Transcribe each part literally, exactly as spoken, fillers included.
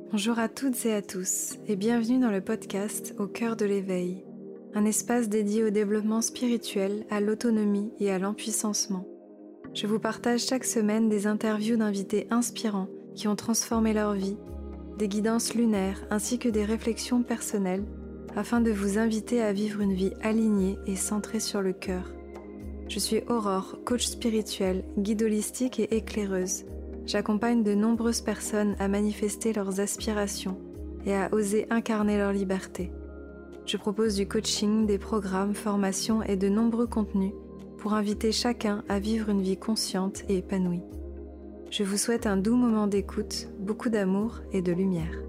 Bonjour à toutes et à tous et bienvenue dans le podcast Au cœur de l'éveil, un espace dédié au développement spirituel, à l'autonomie et à l'empuissancement. Je vous partage chaque semaine des interviews d'invités inspirants qui ont transformé leur vie, des guidances lunaires ainsi que des réflexions personnelles afin de vous inviter à vivre une vie alignée et centrée sur le cœur. Je suis Aurore, coach spirituelle, guide holistique et éclaireuse. J'accompagne de nombreuses personnes à manifester leurs aspirations et à oser incarner leur liberté. Je propose du coaching, des programmes, formations et de nombreux contenus pour inviter chacun à vivre une vie consciente et épanouie. Je vous souhaite un doux moment d'écoute, beaucoup d'amour et de lumière.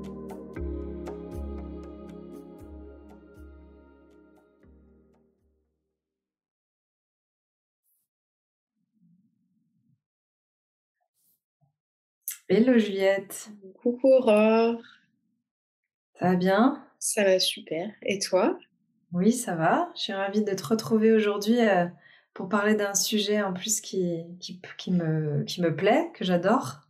Hello Juliette. Coucou Aurore. Ça va bien? Ça va super. Et toi? Oui, ça va. Je suis ravie de te retrouver aujourd'hui euh, pour parler d'un sujet en plus qui, qui, qui, me, qui me plaît, que j'adore.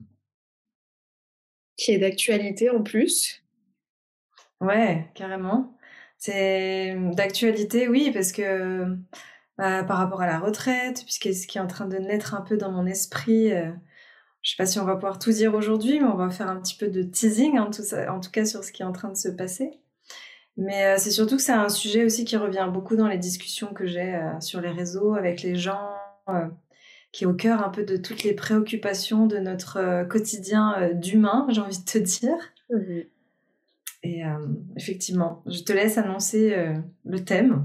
Qui est d'actualité en plus. Ouais, carrément. C'est d'actualité, oui, parce que bah, par rapport à la retraite, puisque ce qui est en train de naître un peu dans mon esprit, euh, je sais pas si on va pouvoir tout dire aujourd'hui, mais on va faire un petit peu de teasing, hein, tout ça, en tout cas sur ce qui est en train de se passer. Mais euh, c'est surtout que c'est un sujet aussi qui revient beaucoup dans les discussions que j'ai euh, sur les réseaux avec les gens, euh, qui est au cœur un peu de toutes les préoccupations de notre euh, quotidien euh, d'humain, j'ai envie de te dire. Mmh. Et euh, effectivement, je te laisse annoncer euh, le thème.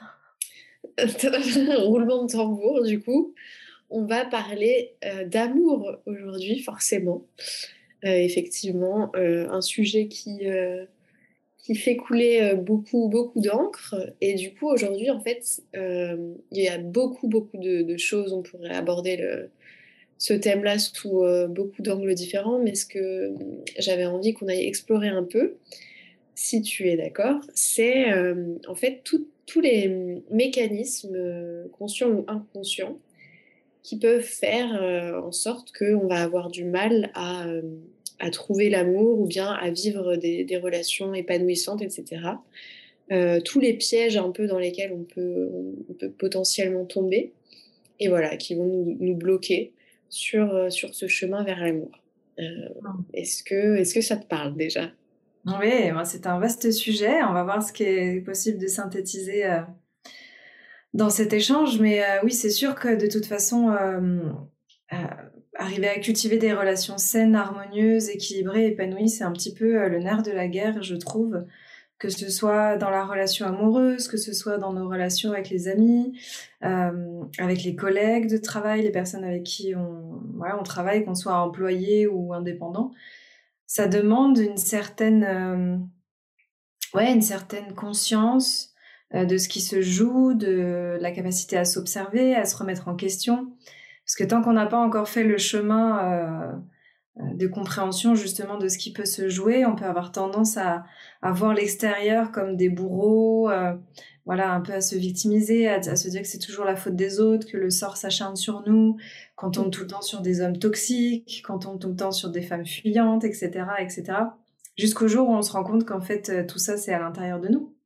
Roulement de tambour, du coup. On va parler euh, d'amour aujourd'hui, forcément. Euh, effectivement, euh, un sujet qui, euh, qui fait couler euh, beaucoup, beaucoup d'encre. Et du coup, aujourd'hui, en fait, euh, il y a beaucoup, beaucoup de, de choses. On pourrait aborder le, ce thème-là sous euh, beaucoup d'angles différents. Mais ce que j'avais envie qu'on aille explorer un peu, si tu es d'accord, c'est euh, en fait tout- tous les mécanismes euh, conscients ou inconscients qui peuvent faire euh, en sorte qu'on va avoir du mal à, euh, à trouver l'amour ou bien à vivre des, des relations épanouissantes, et cetera. Euh, tous les pièges un peu dans lesquels on peut, on peut potentiellement tomber et voilà, qui vont nous, nous bloquer sur, euh, sur ce chemin vers l'amour. Euh, est-ce que, est-ce que ça te parle déjà? Oui, moi, c'est un vaste sujet. On va voir ce qui est possible de synthétiser euh, dans cet échange. Mais euh, oui, c'est sûr que de toute façon, euh, euh, arriver à cultiver des relations saines, harmonieuses, équilibrées, épanouies, c'est un petit peu euh, le nerf de la guerre, je trouve. Que ce soit dans la relation amoureuse, que ce soit dans nos relations avec les amis, euh, avec les collègues de travail, les personnes avec qui on, voilà, on travaille, qu'on soit employé ou indépendant. Ça demande une certaine, euh, ouais, une certaine conscience euh, de ce qui se joue, de la capacité à s'observer, à se remettre en question. Parce que tant qu'on n'a pas encore fait le chemin euh, de compréhension justement de ce qui peut se jouer, on peut avoir tendance à, à voir l'extérieur comme des bourreaux, euh, voilà, un peu à se victimiser, à, à se dire que c'est toujours la faute des autres, que le sort s'acharne sur nous, qu'on tombe tout le temps sur des hommes toxiques, qu'on tombe tout le temps sur des femmes fuyantes, et cetera, et cetera. Jusqu'au jour où on se rend compte qu'en fait, euh, tout ça, c'est à l'intérieur de nous.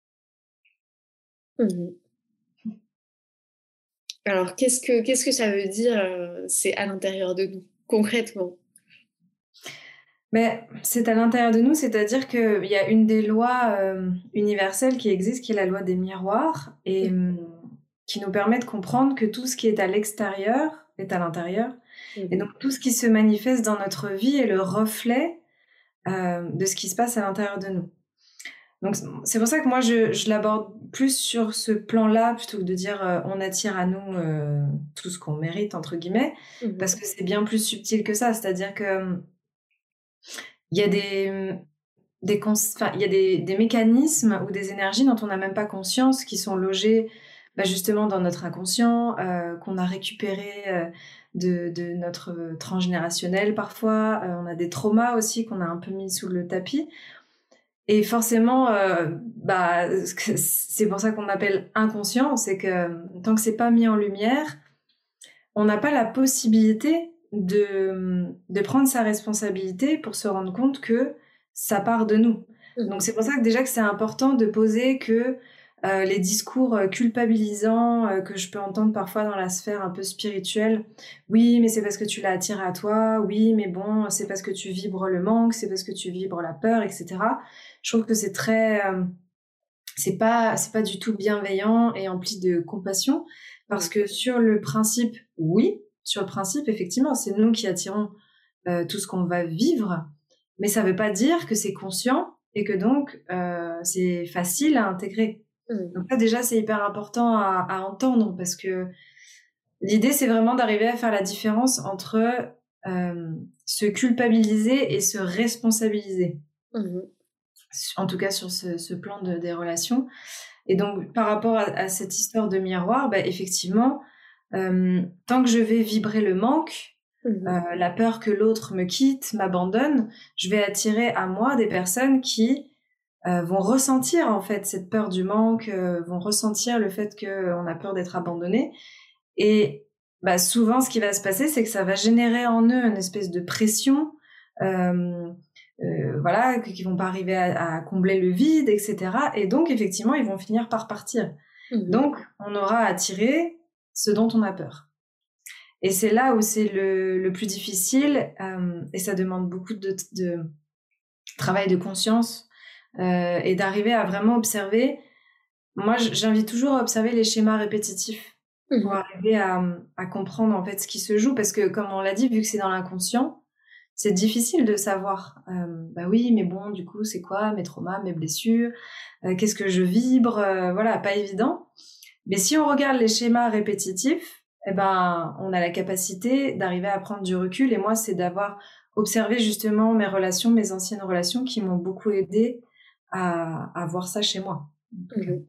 Mmh. Alors, qu'est-ce que, qu'est-ce que ça veut dire, euh, c'est à l'intérieur de nous, concrètement? Mais c'est à l'intérieur de nous, c'est-à-dire qu'il y a une des lois euh, universelles qui existe, qui est la loi des miroirs, et euh, qui nous permet de comprendre que tout ce qui est à l'extérieur est à l'intérieur. Mmh. Et donc tout ce qui se manifeste dans notre vie est le reflet euh, de ce qui se passe à l'intérieur de nous. Donc c'est pour ça que moi je, je l'aborde plus sur ce plan-là plutôt que de dire euh, on attire à nous euh, tout ce qu'on mérite entre guillemets, Mmh. parce que c'est bien plus subtil que ça. C'est-à-dire que il y a des des cons- enfin, il y a des, des mécanismes ou des énergies dont on n'a même pas conscience qui sont logées bah, justement dans notre inconscient, euh, qu'on a récupéré euh, de, de notre transgénérationnel parfois. Euh, on a des traumas aussi qu'on a un peu mis sous le tapis. Et forcément, euh, bah, c'est pour ça qu'on appelle inconscient, c'est que tant que c'est pas mis en lumière, on n'a pas la possibilité de, de prendre sa responsabilité pour se rendre compte que ça part de nous. Mmh. Donc c'est pour ça que déjà que c'est important de poser que euh, les discours euh, culpabilisants euh, que je peux entendre parfois dans la sphère un peu spirituelle, oui mais c'est parce que tu l'as attiré à toi, oui mais bon c'est parce que tu vibres le manque, c'est parce que tu vibres la peur, et cetera. Je trouve que c'est très... Euh, c'est pas, c'est pas du tout bienveillant et empli de compassion, parce que sur le principe, oui, sur le principe, effectivement, c'est nous qui attirons euh, tout ce qu'on va vivre, mais ça veut pas dire que c'est conscient et que donc euh, c'est facile à intégrer. Mmh. Donc ça, déjà, c'est hyper important à, à entendre, parce que l'idée, c'est vraiment d'arriver à faire la différence entre euh, se culpabiliser et se responsabiliser. Mmh. En tout cas sur ce, ce plan de, des relations. Et donc, par rapport à, à cette histoire de miroir, bah, effectivement, euh, tant que je vais vibrer le manque, Mmh. euh, la peur que l'autre me quitte, m'abandonne, je vais attirer à moi des personnes qui euh, vont ressentir en fait cette peur du manque, euh, vont ressentir le fait qu'on a peur d'être abandonné. Et bah, souvent, ce qui va se passer, c'est que ça va générer en eux une espèce de pression, euh, euh, voilà, qui vont pas arriver à, à combler le vide, et cetera. Et donc, effectivement, ils vont finir par partir. Mmh. Donc, on aura attiré ce dont on a peur. Et c'est là où c'est le, le plus difficile, euh, et ça demande beaucoup de, de travail de conscience euh, et d'arriver à vraiment observer. Moi, j'invite toujours à observer les schémas répétitifs pour Mmh. arriver à, à comprendre en fait ce qui se joue, parce que comme on l'a dit, vu que c'est dans l'inconscient, c'est difficile de savoir. Euh, bah oui, mais bon, du coup, c'est quoi mes traumas, mes blessures, euh, qu'est-ce que je vibre, euh, voilà, pas évident. Mais si on regarde les schémas répétitifs, eh ben, on a la capacité d'arriver à prendre du recul. Et moi, c'est d'avoir observé justement mes relations, mes anciennes relations, qui m'ont beaucoup aidé à, à voir ça chez moi. Donc, Mmh.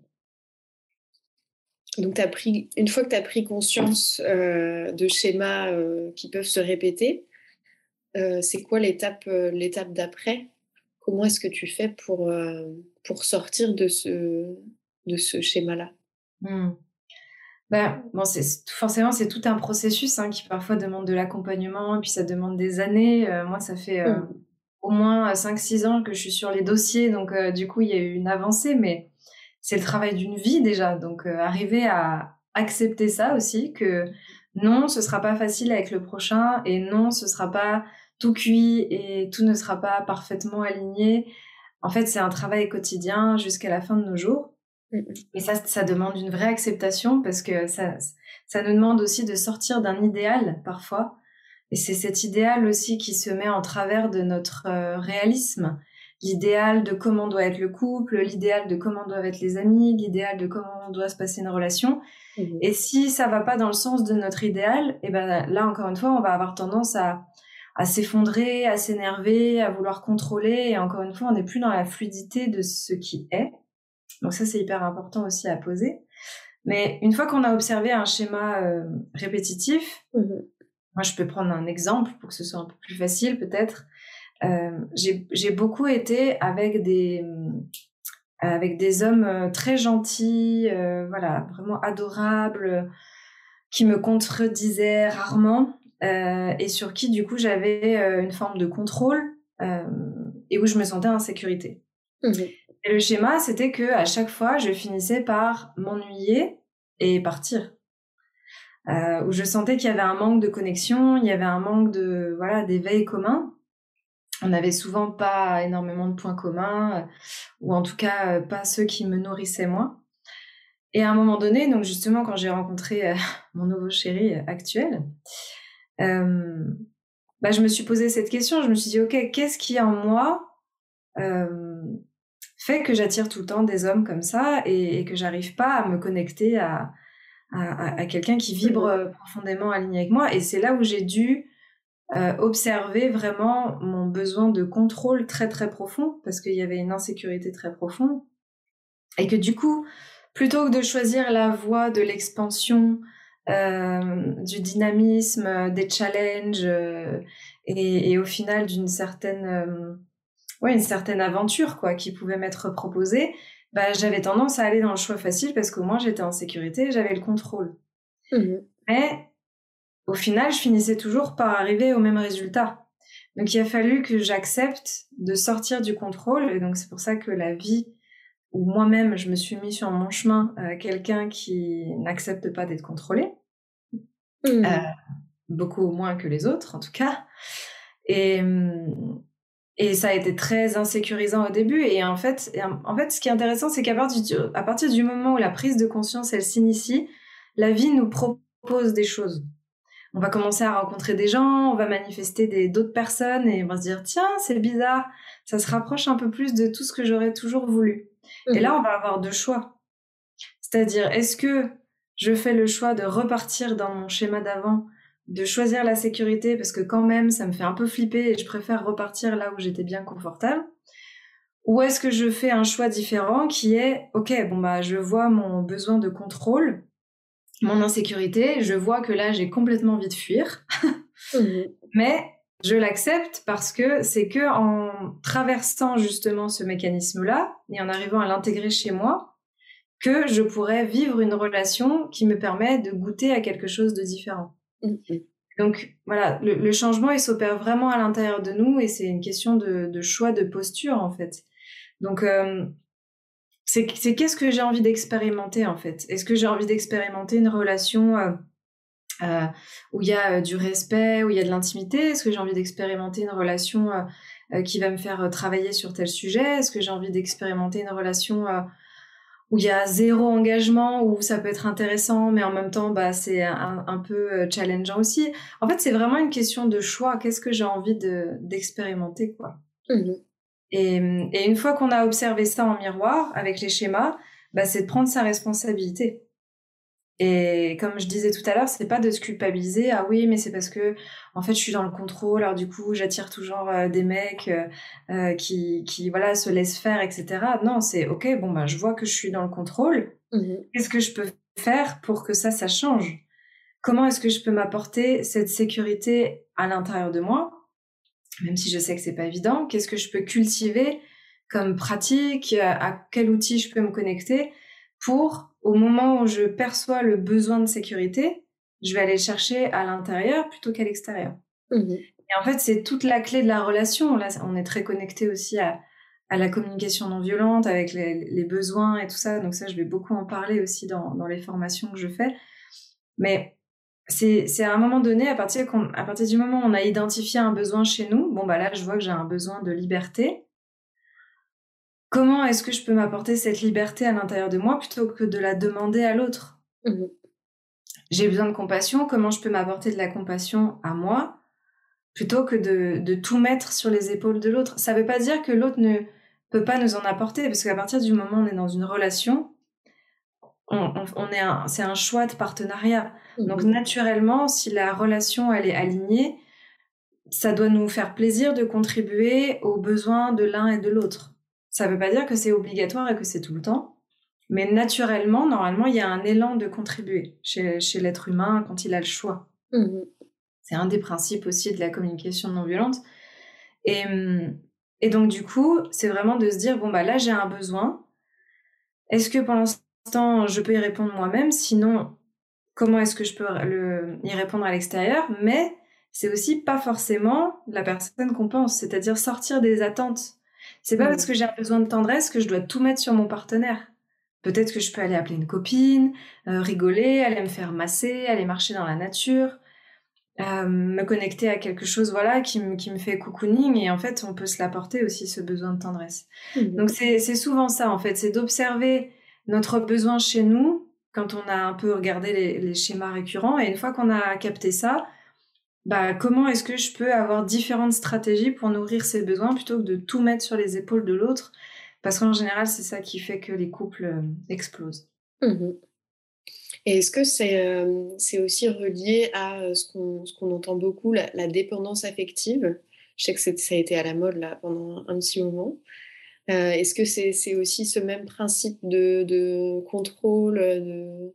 Donc, t'as pris, une fois que tu as pris conscience euh, de schémas euh, qui peuvent se répéter, euh, c'est quoi l'étape, euh, l'étape d'après? Comment est-ce que tu fais pour, euh, pour sortir de ce, de ce schéma-là? hmm. Ben, bon, c'est, forcément, c'est tout un processus hein, qui parfois demande de l'accompagnement, et puis ça demande des années. Euh, moi, ça fait euh, Mmh. au moins cinq six ans que je suis sur les dossiers, donc euh, du coup, il y a eu une avancée, mais c'est le travail d'une vie déjà. Donc, euh, arriver à accepter ça aussi, que non, ce sera pas facile avec le prochain, et non, ce sera pas tout cuit, et tout ne sera pas parfaitement aligné. En fait, c'est un travail quotidien jusqu'à la fin de nos jours. Mmh. Et ça, ça demande une vraie acceptation, parce que ça, ça nous demande aussi de sortir d'un idéal parfois. Et c'est cet idéal aussi qui se met en travers de notre euh, réalisme. L'idéal de comment doit être le couple, l'idéal de comment doivent être les amis, l'idéal de comment doit se passer une relation. Mmh. Et si ça va pas dans le sens de notre idéal, et ben là encore une fois, on va avoir tendance à, à s'effondrer, à s'énerver, à vouloir contrôler. Et encore une fois, on n'est plus dans la fluidité de ce qui est. Donc ça, c'est hyper important aussi à poser. Mais une fois qu'on a observé un schéma euh, répétitif, Mmh. moi, je peux prendre un exemple pour que ce soit un peu plus facile, peut-être. Euh, j'ai, j'ai beaucoup été avec des, euh, avec des hommes euh, très gentils, euh, voilà, vraiment adorables, euh, qui me contredisaient rarement, euh, et sur qui, du coup, j'avais euh, une forme de contrôle, euh, et où je me sentais en sécurité. Mmh. Et le schéma, c'était que à chaque fois, je finissais par m'ennuyer et partir. Euh, où je sentais qu'il y avait un manque de connexion, il y avait un manque de voilà d'éveil commun. On n'avait souvent pas énormément de points communs, euh, ou en tout cas euh, pas ceux qui me nourrissaient moi. Et à un moment donné, donc justement quand j'ai rencontré euh, mon nouveau chéri euh, actuel, euh, bah, je me suis posé cette question. Je me suis dit ok, qu'est-ce qui en moi euh, fait que j'attire tout le temps des hommes comme ça, et, et que j'arrive pas à me connecter à, à, à quelqu'un qui vibre Mmh. euh, profondément aligné avec moi. Et c'est là où j'ai dû euh, observer vraiment mon besoin de contrôle très très profond, parce qu'il y avait une insécurité très profonde, et que du coup, plutôt que de choisir la voie de l'expansion, euh, du dynamisme, des challenges, euh, et, et au final d'une certaine euh, ouais, une certaine aventure quoi, qui pouvait m'être proposée, bah, j'avais tendance à aller dans le choix facile, parce qu'au moins j'étais en sécurité et j'avais le contrôle. Mmh. Mais au final, je finissais toujours par arriver au même résultat. Donc, il a fallu que j'accepte de sortir du contrôle. Et donc, c'est pour ça que la vie, où moi-même, je me suis mis sur mon chemin, euh, quelqu'un qui n'accepte pas d'être contrôlé, Mmh. euh, beaucoup moins que les autres, en tout cas. Et, et ça a été très insécurisant au début. Et en fait, et en fait ce qui est intéressant, c'est qu'à partir du, à partir du moment où la prise de conscience, elle s'initie, la vie nous propose des choses. On va commencer à rencontrer des gens, on va manifester des, d'autres personnes et on va se dire, tiens, c'est bizarre, ça se rapproche un peu plus de tout ce que j'aurais toujours voulu. Mmh. Et là, on va avoir deux choix. C'est-à-dire, est-ce que je fais le choix de repartir dans mon schéma d'avant, de choisir la sécurité parce que quand même, ça me fait un peu flipper et je préfère repartir là où j'étais bien confortable? Ou est-ce que je fais un choix différent qui est, ok, bon bah, je vois mon besoin de contrôle, mon insécurité, je vois que là, j'ai complètement envie de fuir, Mmh. mais je l'accepte parce que c'est que en traversant justement ce mécanisme-là et en arrivant à l'intégrer chez moi, que je pourrais vivre une relation qui me permet de goûter à quelque chose de différent. Mmh. Donc voilà, le, le changement, il s'opère vraiment à l'intérieur de nous et c'est une question de, de choix de posture en fait. Donc euh, c'est, c'est qu'est-ce que j'ai envie d'expérimenter en fait? Est-ce que j'ai envie d'expérimenter une relation euh, euh, où il y a euh, du respect, où il y a de l'intimité? Est-ce que j'ai envie d'expérimenter une relation euh, euh, qui va me faire euh, travailler sur tel sujet? Est-ce que j'ai envie d'expérimenter une relation euh, où il y a zéro engagement, où ça peut être intéressant, mais en même temps, bah, c'est un, un peu challengeant aussi. En fait, c'est vraiment une question de choix. Qu'est-ce que j'ai envie de, d'expérimenter, quoi. Mmh. Et, et une fois qu'on a observé ça en miroir, avec les schémas, bah, c'est de prendre sa responsabilité. Et comme je disais tout à l'heure, c'est pas de se culpabiliser. Ah oui, mais c'est parce que en fait je suis dans le contrôle, alors du coup j'attire toujours euh, des mecs euh, euh, qui qui voilà se laissent faire, et cetera. Non, c'est ok. Bon bah je vois que je suis dans le contrôle. Mmh. Qu'est-ce que je peux faire pour que ça ça change? Comment est-ce que je peux m'apporter cette sécurité à l'intérieur de moi, même si je sais que c'est pas évident? Qu'est-ce que je peux cultiver comme pratique? À quel outil je peux me connecter pour, au moment où je perçois le besoin de sécurité, je vais aller le chercher à l'intérieur plutôt qu'à l'extérieur. Mmh. Et en fait, c'est toute la clé de la relation. Là, on est très connecté aussi à, à la communication non violente, avec les, les besoins et tout ça. Donc ça, je vais beaucoup en parler aussi dans, dans les formations que je fais. Mais c'est, c'est à un moment donné, à partir, qu'on, à partir du moment où on a identifié un besoin chez nous, bon, bah là, je vois que j'ai un besoin de liberté. Comment est-ce que je peux m'apporter cette liberté à l'intérieur de moi plutôt que de la demander à l'autre? Mmh. J'ai besoin de compassion, comment je peux m'apporter de la compassion à moi plutôt que de, de tout mettre sur les épaules de l'autre? Ça veut pas dire que l'autre ne peut pas nous en apporter, parce qu'à partir du moment où on est dans une relation, on, on, on est un, c'est un choix de partenariat. Donc Mmh. naturellement, si la relation elle est alignée, ça doit nous faire plaisir de contribuer aux besoins de l'un et de l'autre. Ça veut pas dire que c'est obligatoire et que c'est tout le temps. Mais naturellement, normalement, il y a un élan de contribuer chez, chez l'être humain quand il a le choix. Mmh. C'est un des principes aussi de la communication non violente. Et, et donc, du coup, c'est vraiment de se dire, bon, bah là, j'ai un besoin. Est-ce que pour l'instant, je peux y répondre moi-même? Sinon, comment est-ce que je peux le, y répondre à l'extérieur? Mais c'est aussi pas forcément la personne qu'on pense, c'est-à-dire sortir des attentes. C'est pas parce que j'ai un besoin de tendresse que je dois tout mettre sur mon partenaire. Peut-être que je peux aller appeler une copine, euh, rigoler, aller me faire masser, aller marcher dans la nature, euh, me connecter à quelque chose voilà, qui, m- qui me fait cocooning, et en fait, on peut se l'apporter aussi, ce besoin de tendresse. Mmh. Donc, c'est, c'est souvent ça, en fait, c'est d'observer notre besoin chez nous, quand on a un peu regardé les, les schémas récurrents, et une fois qu'on a capté ça, bah, comment est-ce que je peux avoir différentes stratégies pour nourrir ces besoins plutôt que de tout mettre sur les épaules de l'autre? Parce qu'en général, c'est ça qui fait que les couples euh, explosent. Mmh. Et est-ce que c'est, hem, c'est aussi relié à, heu, ce qu'on ce qu'on entend beaucoup, la la dépendance affective? Je sais que c'est ça a été à la mode là pendant un petit moment. Heu, est-ce que c'est c'est aussi ce même principe de de contrôle, heu, de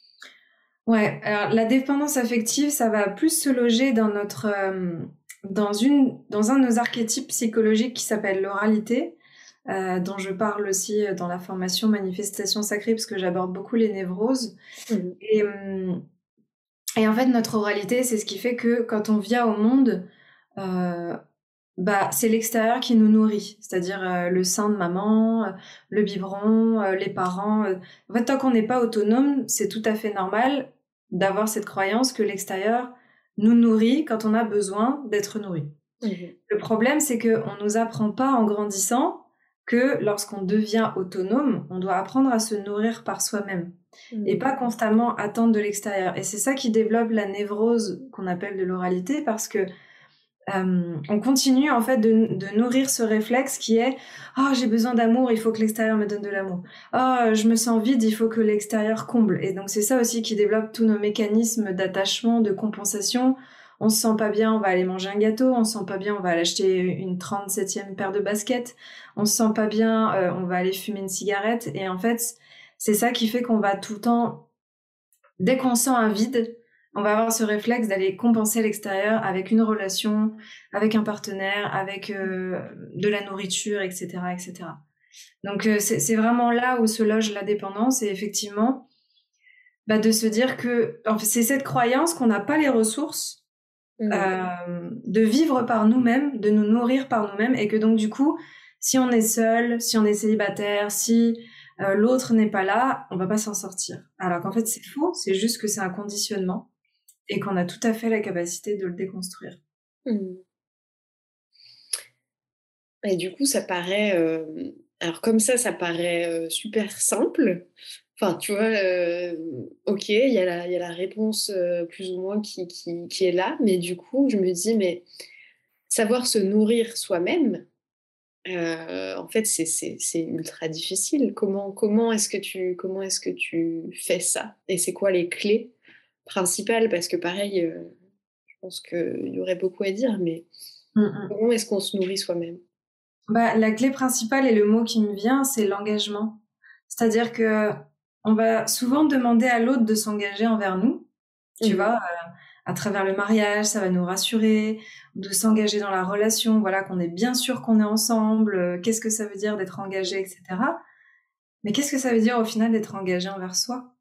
Ouais, alors la dépendance affective, ça va plus se loger dans notre, euh, dans une, dans un de nos archétypes psychologiques qui s'appelle l'oralité, euh, dont je parle aussi dans la formation Manifestation Sacrée, parce que j'aborde beaucoup les névroses. mmh. Et, hum, Et en fait, notre oralité, c'est ce qui fait que quand on vient au monde, euh, bah, c'est l'extérieur qui nous nourrit, c'est-à-dire euh, le sein de maman, euh, le biberon, euh, les parents. euh. En fait, tant qu'on n'est pas autonome, c'est tout à fait normal d'avoir cette croyance que l'extérieur nous nourrit quand on a besoin d'être nourri. Mhm. Le problème, c'est qu'on ne nous apprend pas en grandissant que lorsqu'on devient autonome, on doit apprendre à se nourrir par soi-même Mhm. et pas constamment attendre de l'extérieur. Et c'est ça qui développe la névrose qu'on appelle de l'oralité, parce que euh, on continue en fait de, de nourrir ce réflexe qui est « Ah, oh, j'ai besoin d'amour, il faut que l'extérieur me donne de l'amour. Ah, oh, je me sens vide, il faut que l'extérieur comble. » Et donc c'est ça aussi qui développe tous nos mécanismes d'attachement, de compensation. On se sent pas bien, on va aller manger un gâteau. On se sent pas bien, on va aller acheter une trente-septième paire de baskets. On se sent pas bien, euh, on va aller fumer une cigarette. Et en fait, c'est ça qui fait qu'on va tout le temps, dès qu'on sent un vide, on va avoir ce réflexe d'aller compenser l'extérieur avec une relation, avec un partenaire, avec euh, de la nourriture, et cetera, et cetera. Donc euh, c'est, c'est vraiment là où se loge la dépendance, et effectivement, bah, de se dire que en fait, c'est cette croyance qu'on n'a pas les ressources Mhm. euh, de vivre par nous-mêmes, de nous nourrir par nous-mêmes, et que donc du coup, si on est seul, si on est célibataire, si euh, l'autre n'est pas là, on va pas s'en sortir. Alors qu'en fait c'est faux, c'est juste que c'est un conditionnement et qu'on a tout à fait la capacité de le déconstruire. Mhm. Et du coup, ça paraît... euh, Alors comme ça, ça paraît euh, super simple. Enfin, tu vois, euh, ok, il y a la, il y a la réponse euh, plus ou moins qui, qui, qui est là, mais du coup, je me dis, mais savoir se nourrir soi-même, euh, en fait, c'est, c'est, c'est ultra difficile. Comment, comment est-ce que tu, comment est-ce que tu fais ça? Et c'est quoi les clés principales? Parce que pareil, euh, je pense qu'il y aurait beaucoup à dire, mais Mm-mm. comment est-ce qu'on se nourrit soi-même? Bah, la clé principale et le mot qui me vient, c'est l'engagement. C'est-à-dire que on va souvent demander à l'autre de s'engager envers nous, tu Mhm. vois, euh, à travers le mariage, ça va nous rassurer, de s'engager dans la relation, voilà, qu'on est bien sûr qu'on est ensemble, euh, qu'est-ce que ça veut dire d'être engagé, et cetera. Mais qu'est-ce que ça veut dire au final d'être engagé envers soi?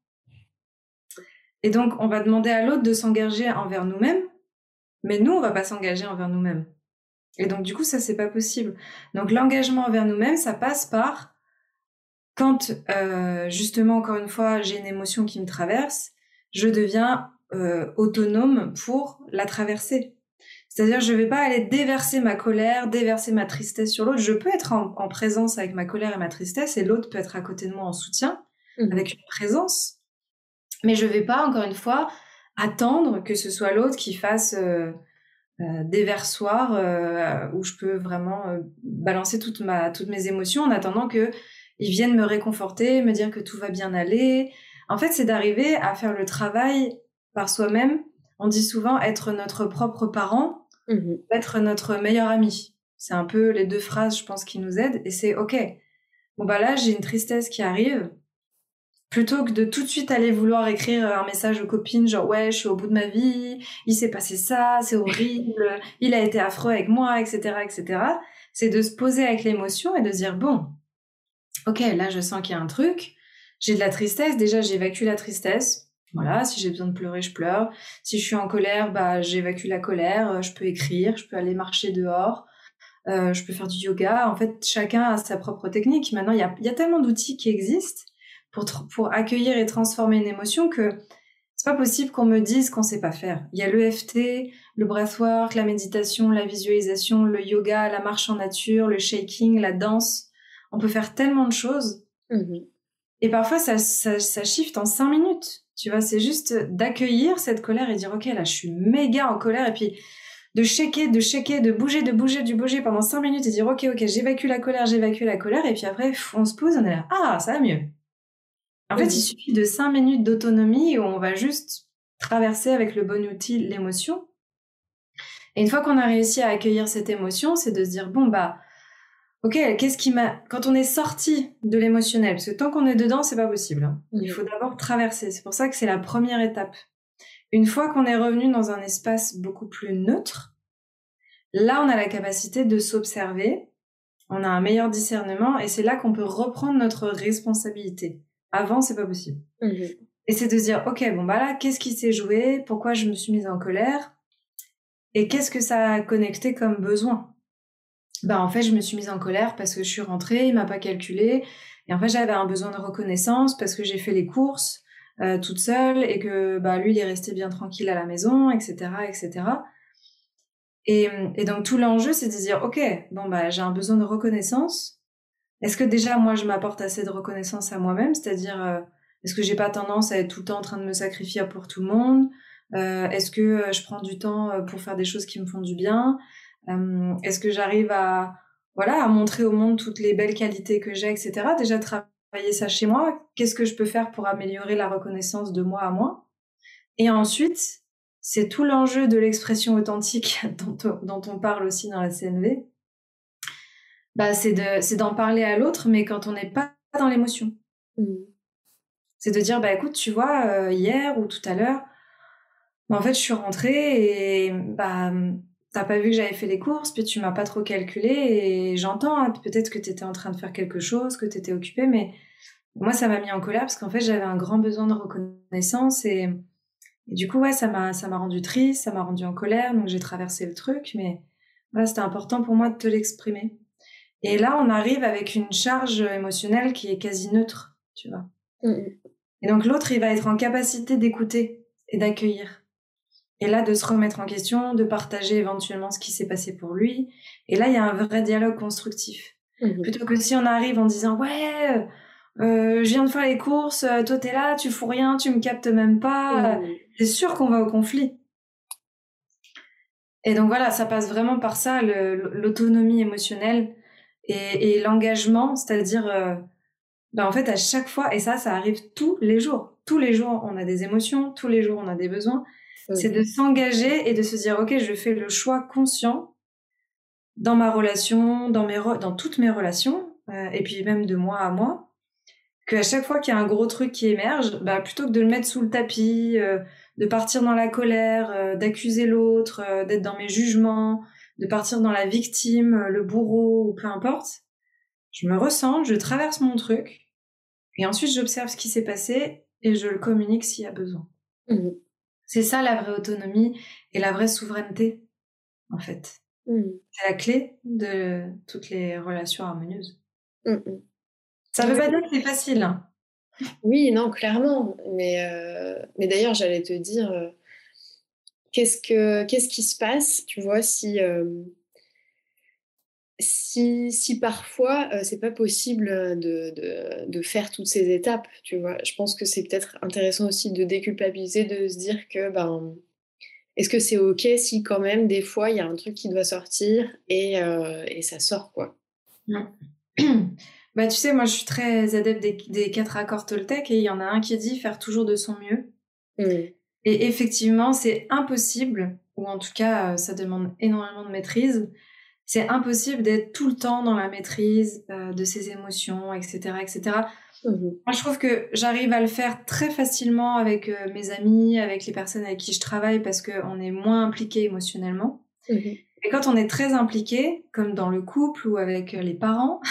Et donc, on va demander à l'autre de s'engager envers nous-mêmes, mais nous, on va pas s'engager envers nous-mêmes. Et donc, du coup, ça, c'est pas possible. Donc, l'engagement envers nous-mêmes, ça passe par quand, euh, justement, encore une fois, j'ai une émotion qui me traverse, je deviens euh, autonome pour la traverser. C'est-à-dire, je vais pas aller déverser ma colère, déverser ma tristesse sur l'autre. Je peux être en, en présence avec ma colère et ma tristesse, et l'autre peut être à côté de moi en soutien, Mhm. avec une présence. Mais je vais pas, encore une fois, attendre que ce soit l'autre qui fasse euh, euh, déversoir euh, où je peux vraiment euh, balancer toute ma, toutes mes émotions en attendant que ils viennent me réconforter, me dire que tout va bien aller. En fait, c'est d'arriver à faire le travail par soi-même. On dit souvent être notre propre parent, Mhm. être notre meilleur ami. C'est un peu les deux phrases, je pense, qui nous aident. Et c'est OK. Bon, bah là, j'ai une tristesse qui arrive. Plutôt que de tout de suite aller vouloir écrire un message aux copines, genre ouais, je suis au bout de ma vie, il s'est passé ça, c'est horrible, il a été affreux avec moi, et cetera, et cetera. C'est de se poser avec l'émotion et de se dire bon, ok, là je sens qu'il y a un truc, j'ai de la tristesse, déjà j'évacue la tristesse. Voilà, si j'ai besoin de pleurer, je pleure. Si je suis en colère, bah j'évacue la colère. Je peux écrire, je peux aller marcher dehors, euh, je peux faire du yoga. En fait, chacun a sa propre technique. Maintenant, il y a, il y a tellement d'outils qui existent pour, pour accueillir et transformer une émotion que c'est pas possible qu'on me dise qu'on sait pas faire. Il y a l'E F T, le breathwork, la méditation, la visualisation, le yoga, la marche en nature, le shaking, la danse. On peut faire tellement de choses. Mhm. Et parfois, ça, ça, ça shift en cinq minutes. Tu vois, c'est juste d'accueillir cette colère et dire, OK, là, je suis méga en colère. Et puis, de shaker, de shaker, de bouger, de bouger, de bouger pendant cinq minutes et dire, OK, OK, j'évacue la colère, j'évacue la colère. Et puis après, pff, on se pose, on est là, ah, ça va mieux. En fait, il Mhm. suffit de cinq minutes d'autonomie où on va juste traverser avec le bon outil l'émotion. Et une fois qu'on a réussi à accueillir cette émotion, c'est de se dire, bon, bah, ok, qu'est-ce qui m'a... Quand on est sorti de l'émotionnel, parce que tant qu'on est dedans, c'est pas possible. Hein. Mhm. Il faut d'abord traverser. C'est pour ça que c'est la première étape. Une fois qu'on est revenu dans un espace beaucoup plus neutre, là, on a la capacité de s'observer, on a un meilleur discernement, et c'est là qu'on peut reprendre notre responsabilité. Avant, c'est pas possible. Mhm. Et c'est de se dire, ok, bon bah là, qu'est-ce qui s'est joué? Pourquoi je me suis mise en colère? Et qu'est-ce que ça a connecté comme besoin? Bah en fait, je me suis mise en colère parce que je suis rentrée, il m'a pas calculé. Et en fait, j'avais un besoin de reconnaissance parce que j'ai fait les courses euh, toute seule et que bah lui, il est resté bien tranquille à la maison, et cetera, et cetera. Et, et donc tout l'enjeu, c'est de dire, ok, bon bah j'ai un besoin de reconnaissance. Est-ce que déjà moi je m'apporte assez de reconnaissance à moi-même, c'est-à-dire euh, est-ce que j'ai pas tendance à être tout le temps en train de me sacrifier pour tout le monde? Euh, est-ce que euh, je prends du temps euh, pour faire des choses qui me font du bien? Euh, est-ce que j'arrive à voilà à montrer au monde toutes les belles qualités que j'ai, et cetera. Déjà travailler ça chez moi. Qu'est-ce que je peux faire pour améliorer la reconnaissance de moi à moi? Et ensuite, c'est tout l'enjeu de l'expression authentique dont, dont on parle aussi dans la C N V. Bah, c'est de, c'est d'en parler à l'autre, mais quand on n'est pas dans l'émotion. Mmh. C'est de dire, bah écoute, tu vois, euh, hier ou tout à l'heure, bah, en fait, je suis rentrée et bah t'as pas vu que j'avais fait les courses, puis tu m'as pas trop calculé et j'entends, hein, peut-être que t'étais en train de faire quelque chose, que t'étais occupée, mais moi, ça m'a mis en colère parce qu'en fait, j'avais un grand besoin de reconnaissance et, et du coup, ouais, ça m'a, ça m'a rendu triste, ça m'a rendu en colère, donc j'ai traversé le truc, mais voilà, c'était important pour moi de te l'exprimer. Et là, on arrive avec une charge émotionnelle qui est quasi neutre, tu vois. Mmh. Et donc l'autre, il va être en capacité d'écouter et d'accueillir. Et là, de se remettre en question, de partager éventuellement ce qui s'est passé pour lui. Et là, il y a un vrai dialogue constructif. Mmh. Plutôt que si on arrive en disant « Ouais, euh, je viens de faire les courses, toi t'es là, tu fous rien, tu me captes même pas. Mmh. » C'est sûr qu'on va au conflit. Et donc voilà, ça passe vraiment par ça, le, l'autonomie émotionnelle et, et l'engagement, c'est-à-dire... Euh, Ben en fait, à chaque fois, et ça, ça arrive tous les jours. Tous les jours, on a des émotions, tous les jours, on a des besoins. Mmh. C'est de s'engager et de se dire, OK, je fais le choix conscient dans ma relation, dans, mes re- dans toutes mes relations, euh, et puis même de moi à moi, qu'à chaque fois qu'il y a un gros truc qui émerge, bah, plutôt que de le mettre sous le tapis, euh, de partir dans la colère, euh, d'accuser l'autre, euh, d'être dans mes jugements, de partir dans la victime, euh, le bourreau, ou peu importe, je me ressens, je traverse mon truc, et ensuite, j'observe ce qui s'est passé et je le communique s'il y a besoin. Mmh. C'est ça la vraie autonomie et la vraie souveraineté, en fait. Mmh. C'est la clé de toutes les relations harmonieuses. Mmh. Ça veut Ouais. pas dire que c'est facile, hein. Oui, non, clairement. Mais, euh, mais d'ailleurs, j'allais te dire, euh, qu'est-ce que, qu'est-ce qui se passe, tu vois, si, euh, si, si parfois, euh, c'est pas possible de, de, de faire toutes ces étapes, tu vois. Je pense que c'est peut-être intéressant aussi de déculpabiliser, de se dire que, ben, est-ce que c'est OK si quand même, des fois, il y a un truc qui doit sortir et, euh, et ça sort, quoi. Mm. Bah, tu sais, moi, je suis très adepte des, des quatre accords Toltec et il y en a un qui dit faire toujours de son mieux. Mmh. Et effectivement, c'est impossible, ou en tout cas, euh, ça demande énormément de maîtrise. C'est impossible d'être tout le temps dans la maîtrise euh, de ses émotions, et cetera, et cetera. Mmh. Moi, je trouve que j'arrive à le faire très facilement avec euh, mes amis, avec les personnes avec qui je travaille, parce qu'on est moins impliqué émotionnellement. Mmh. Et quand on est très impliqué, comme dans le couple ou avec euh, les parents,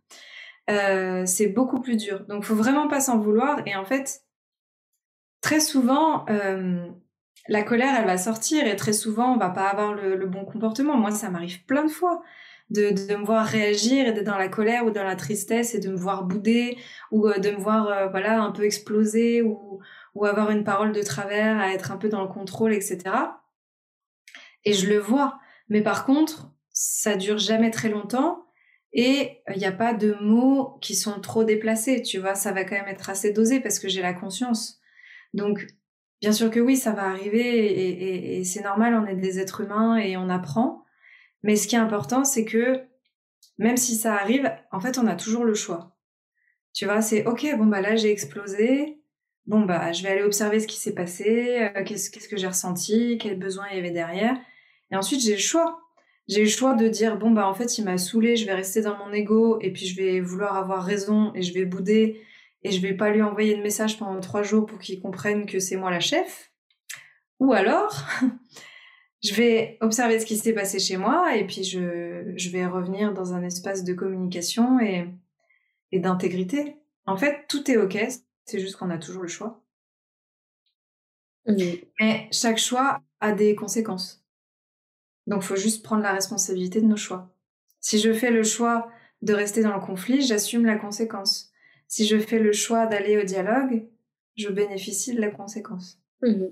euh, c'est beaucoup plus dur. Donc, faut vraiment pas s'en vouloir. Et en fait, très souvent, euh, la colère, elle va sortir et très souvent, on va pas avoir le, le bon comportement. Moi, ça m'arrive plein de fois de, de me voir réagir et d'être dans la colère ou dans la tristesse et de me voir bouder ou euh, de me voir euh, voilà un peu exploser ou, ou avoir une parole de travers, à être un peu dans le contrôle, et cetera. Et je le vois. Mais par contre, ça dure jamais très longtemps et il n'y a pas de mots qui sont trop déplacés, tu vois. Ça va quand même être assez dosé parce que j'ai la conscience. Donc, bien sûr que oui, ça va arriver et, et, et c'est normal, on est des êtres humains et on apprend. Mais ce qui est important, c'est que même si ça arrive, en fait, on a toujours le choix. Tu vois, c'est OK, bon, bah là, j'ai explosé. Bon, bah, je vais aller observer ce qui s'est passé, euh, qu'est-ce, qu'est-ce que j'ai ressenti, quels besoins il y avait derrière. Et ensuite, j'ai le choix. J'ai le choix de dire, bon, bah, en fait, il m'a saoulé, je vais rester dans mon ego et puis je vais vouloir avoir raison et je vais bouder et je vais pas lui envoyer de message pendant trois jours pour qu'il comprenne que c'est moi la chef. Ou alors, je vais observer ce qui s'est passé chez moi et puis je, je vais revenir dans un espace de communication et, et d'intégrité. En fait, tout est OK, c'est juste qu'on a toujours le choix. Mmh. Mais chaque choix a des conséquences. Donc, il faut juste prendre la responsabilité de nos choix. Si je fais le choix de rester dans le conflit, j'assume la conséquence. Si je fais le choix d'aller au dialogue, je bénéficie de la conséquence. Mmh.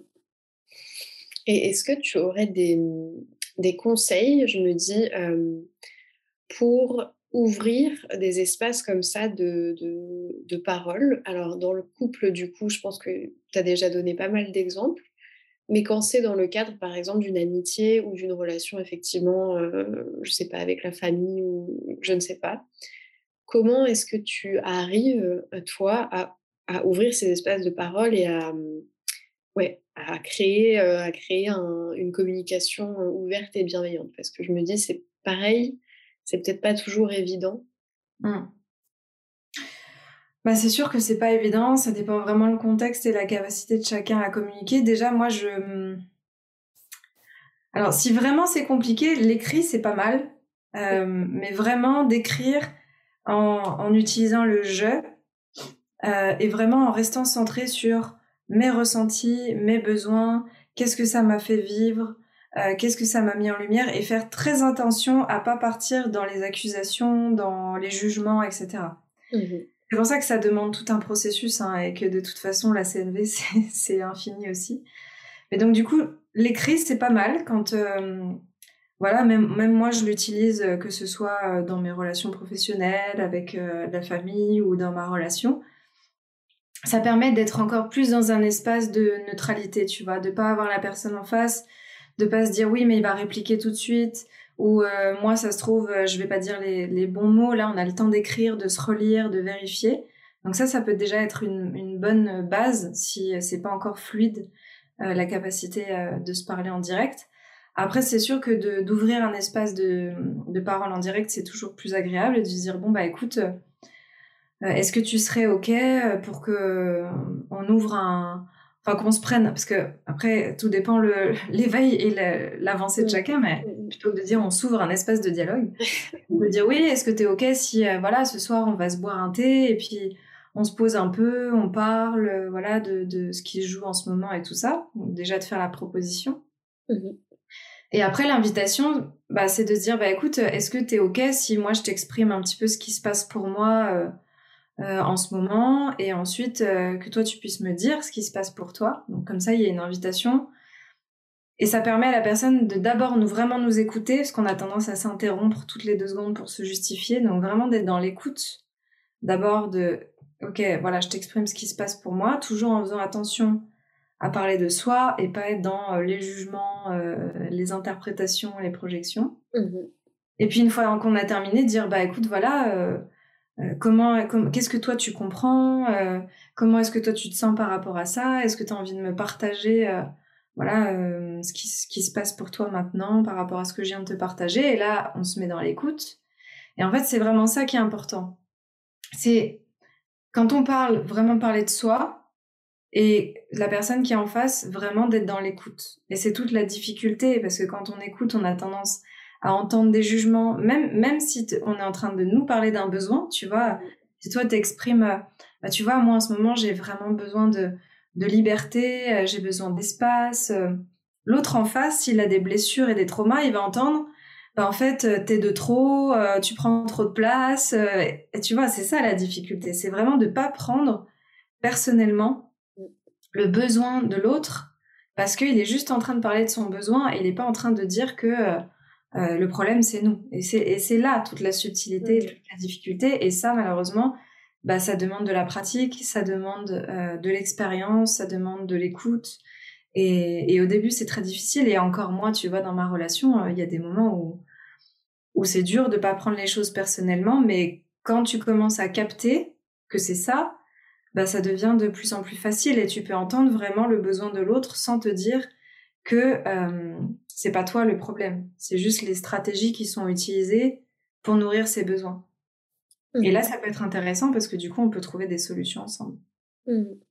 Et est-ce que tu aurais des, mmh, des conseils, je me dis, hem, pour ouvrir des espaces comme ça de de de parole? Alors dans le couple, du coup, je pense que tu as déjà donné pas mal d'exemples, mais quand c'est dans le cadre, par exemple, d'une amitié ou d'une relation effectivement, heu, je sais pas, avec la famille ou je ne sais pas. Comment est-ce que tu arrives, heu, toi, à à ouvrir ces espaces de parole et à, mmh, ouais, à créer, heu, à créer un une communication, heu, ouverte et bienveillante? Parce que je me dis, c'est pareil, c'est peut-être pas toujours évident. Mmh. Bah, c'est sûr que c'est pas évident, ça dépend vraiment le contexte et la capacité de chacun à communiquer. Déjà, moi, je, mmh alors si vraiment c'est compliqué, l'écrit, c'est pas mal, hem, mais vraiment d'écrire en en utilisant le «je», heu et vraiment en restant centré sur mes ressentis, mes besoins, qu'est-ce que ça m'a fait vivre, heu, qu'est-ce que ça m'a mis en lumière et faire très attention à pas partir dans les accusations, dans les jugements et cetera. Mmh mh. C'est pour ça que ça demande tout un processus, hein, et que de toute façon la C N V c'est c'est infini aussi. Mais donc du coup, l'écrit c'est pas mal quand, hem, voilà, même même moi je l'utilise, heu, que ce soit, heu, dans mes relations professionnelles, avec, heu, la famille ou dans ma relation. Ça permet d'être encore plus dans un espace de neutralité, tu vois? De pas avoir la personne en face, de pas se dire: «Oui, mais il va répliquer tout de suite» ou heu: «Moi, ça se trouve, heu, je vais pas dire les les bons mots». Là, on a le temps d'écrire, de se relire, de vérifier. Donc ça, ça peut déjà être une une bonne base si, heu, c'est pas encore fluide, heu, la capacité, heu, de se parler en direct. Après, c'est sûr que de d'ouvrir un espace de, mmh, de parole en direct, c'est toujours plus agréable et de se dire: «Bon, bah, écoute, heu, Heu, est-ce que tu serais OK, heu, pour que, heu, on ouvre un enfin qu'on se prenne parce qu'après tout dépend le l'éveil et le l'avancée de Mmh. chacun, mais Mmh mh. plutôt que de dire on s'ouvre un espace de dialogue, on peut dire: «Oui, est-ce que tu es OK si, heu, voilà, ce soir on va se boire un thé et puis on se pose un peu, on parle, heu, voilà, de de ce qui se joue en ce moment et tout ça?» Donc déjà de faire la proposition Mmh mh. et après l'invitation, bah, c'est de se dire: «Bah, écoute, est-ce que tu es OK si moi je t'exprime un petit peu ce qui se passe pour moi, heu, heu, en ce moment et ensuite, heu, que toi tu puisses me dire ce qui se passe pour toi». Donc comme ça, il y a une invitation et ça permet à la personne de d'abord nous vraiment nous écouter, parce qu'on a tendance à s'interrompre toutes les deux secondes pour se justifier, donc vraiment d'être dans l'écoute. D'abord de: «OK, voilà, je t'exprime ce qui se passe pour moi», toujours en faisant attention à parler de soi et pas être dans, heu, les jugements, heu, les interprétations, les projections Mmh mh. et puis une fois qu'on a terminé, dire: «Bah, écoute, voilà, heu, Heu, comment com qu'est-ce que toi tu comprends? Heu, comment est-ce que toi tu te sens par rapport à ça? Est-ce que tu as envie de me partager, heu, voilà, hem, ce qui ce qui se passe pour toi maintenant par rapport à ce que je viens de te partager? Et là, on se met dans l'écoute et en fait, c'est vraiment ça qui est important. C'est quand on parle, vraiment parler de soi et la personne qui est en face, vraiment d'être dans l'écoute et c'est toute la difficulté parce que quand on écoute, on a tendance à entendre des jugements, même même si t on est en train de nous parler d'un besoin, tu vois? Si toi tu exprimes, heu: «Bah, tu vois, moi en ce moment, j'ai vraiment besoin de de liberté, heu, j'ai besoin d'espace», heu, l'autre en face, s'il a des blessures et des traumas, il va entendre: «Bah, en fait, heu, tu de trop, heu, tu prends trop de place», heu et tu vois? C'est ça la difficulté, c'est vraiment de pas prendre personnellement Mmh. le besoin de l'autre, parce qu'il est juste en train de parler de son besoin et il est pas en train de dire que, heu heu, le problème c'est nous et c'est et c'est là toute la subtilité, Mmh. toute la difficulté et ça malheureusement, bah, ça demande de la pratique, ça demande, heu, de l'expérience, ça demande de l'écoute et et au début c'est très difficile et encore moi, tu vois, dans ma relation, heu, il y a des moments où où c'est dur de pas prendre les choses personnellement, mais quand tu commences à capter que c'est ça, bah, ça devient de plus en plus facile et tu peux entendre vraiment le besoin de l'autre sans te dire que, hem, c'est pas toi le problème. C'est juste les stratégies qui sont utilisées pour nourrir ses besoins. Et Mmh. là, ça peut être intéressant parce que du coup, on peut trouver des solutions ensemble. Mmh.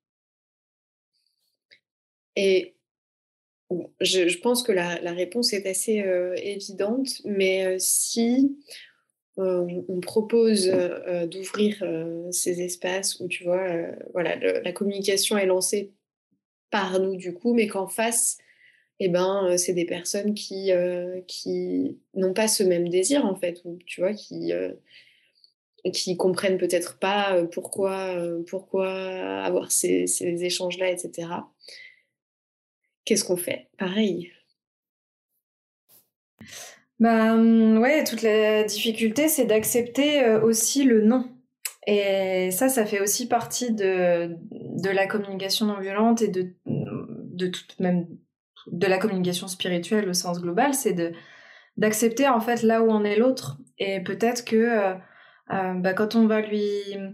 Et bon, je je pense que la la réponse est assez, heu, évidente, mais heu, si, heu, on on propose, heu heu, d'ouvrir, heu, ces espaces où tu vois, heu, voilà, le la communication est lancée par nous du coup, mais qu'en face, eh ben, euh, c'est des personnes qui, euh, qui n'ont pas ce même désir en fait, ou tu vois, qui, euh, qui comprennent peut-être pas euh, pourquoi, euh, pourquoi avoir ces, ces échanges-là, et cetera. Qu'est-ce qu'on fait? Pareil. Bah, hum, ouais, toute la difficulté, c'est d'accepter euh, aussi le non. Et ça, ça fait aussi partie de, de la communication non violente et de, de toute, même de la communication spirituelle au sens global, c'est de, d'accepter en fait là où en est l'autre. Et peut-être que euh, euh, bah, quand on va lui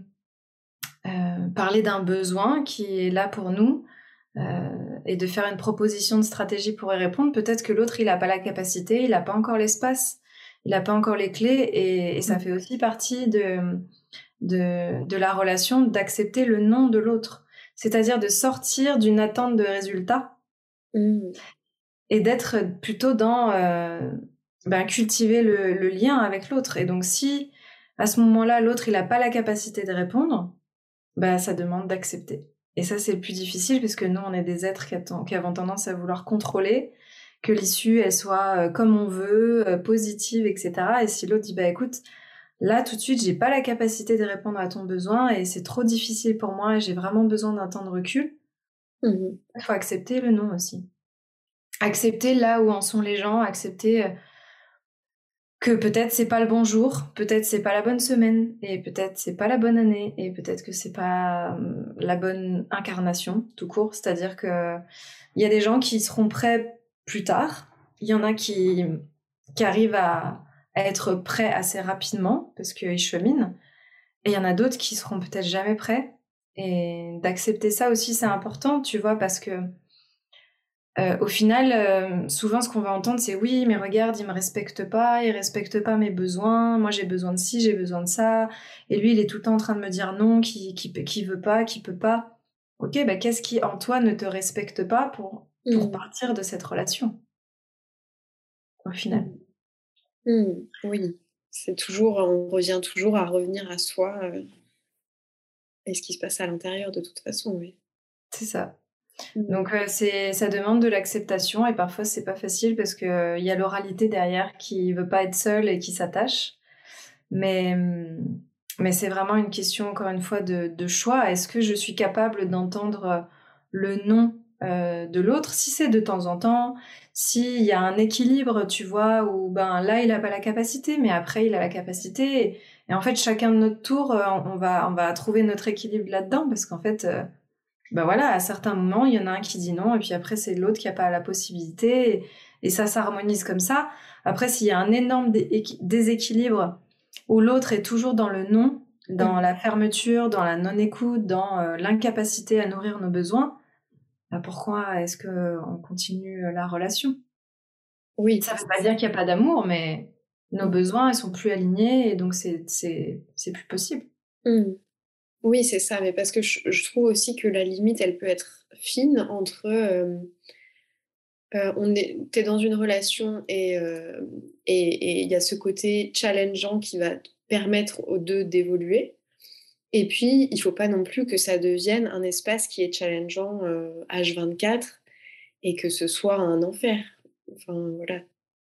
euh, parler d'un besoin qui est là pour nous, euh, et de faire une proposition de stratégie pour y répondre, peut-être que l'autre, il n'a pas la capacité, il n'a pas encore l'espace, il n'a pas encore les clés, et, et ça fait aussi partie de, de, de la relation d'accepter le non de l'autre. C'est-à-dire de sortir d'une attente de résultat Mmh. et d'être plutôt dans euh, ben, cultiver le, le lien avec l'autre. Et donc si à ce moment-là, l'autre, il n'a pas la capacité de répondre, bah, ça demande d'accepter. Et ça, c'est le plus difficile parce que nous, on est des êtres qui, atten- qui avons tendance à vouloir contrôler, que l'issue, elle soit euh, comme on veut, euh, positive, et cetera. Et si l'autre dit, bah écoute, là, tout de suite, j'ai pas la capacité de répondre à ton besoin et c'est trop difficile pour moi et j'ai vraiment besoin d'un temps de recul, Mmh. il faut accepter le non aussi. Accepter là où en sont les gens, accepter euh, que peut-être c'est pas le bon jour, peut-être c'est pas la bonne semaine, et peut-être c'est pas la bonne année, et peut-être que c'est pas euh, la bonne incarnation, tout court. C'est-à-dire que il y a des gens qui seront prêts plus tard, il y en a qui, qui arrivent à, à être prêts assez rapidement parce qu'ils cheminent, et il y en a d'autres qui seront peut-être jamais prêts. Et d'accepter ça aussi, c'est important, tu vois, parce que euh, au final, euh, souvent, ce qu'on va entendre, c'est oui, mais regarde, il me respecte pas, il respecte pas mes besoins. Moi, j'ai besoin de ci, j'ai besoin de ça. Et lui, il est tout le temps en train de me dire non, qui, qui, qui veut pas, qui peut pas. Ok, bah qu'est-ce qui en toi ne te respecte pas pour pour Mmh. partir de cette relation, au final. Mmh. Mmh. Oui, c'est toujours, on revient toujours à revenir à soi euh, et ce qui se passe à l'intérieur de toute façon, oui. C'est ça. Mmh. Donc euh, c'est ça demande de l'acceptation et parfois c'est pas facile parce que euh, il y a l'oralité derrière qui veut pas être seule et qui s'attache. Mais, hum, mais c'est vraiment une question, encore une fois, de, de choix. Est-ce que je suis capable d'entendre euh, le non euh, de l'autre? Si c'est de temps en temps, s'il y a un équilibre, tu vois, où ben, là, il n'a pas la capacité, mais après, il a la capacité. Et, et en fait, chacun de notre tour, euh, on, va, on va trouver notre équilibre là-dedans, parce qu'en fait, euh, ben voilà, à certains moments, il y en a un qui dit non, et puis après, c'est l'autre qui n'a pas la possibilité. Et, et ça s'harmonise comme ça. Après, s'il y a un énorme dé- déséquilibre, où l'autre est toujours dans le non, dans la fermeture, dans la non-écoute, dans euh, l'incapacité à nourrir nos besoins, bah pourquoi est-ce qu'on continue euh, la relation? Oui, Ça ne veut c'est pas ça. dire qu'il n'y a pas d'amour, mais nos Mmh. besoins, ils sont plus alignés et donc c'est, c'est, c'est plus possible. Mmh. Oui, c'est ça, mais parce que je, je trouve aussi que la limite, elle peut être fine entre euh, euh, on est, t'es dans une relation et euh, et et il y a ce côté challengeant qui va te permettre aux deux d'évoluer. Et puis, il faut pas non plus que ça devienne un espace qui est challengeant euh, H vingt-quatre et que ce soit un enfer. Enfin, voilà.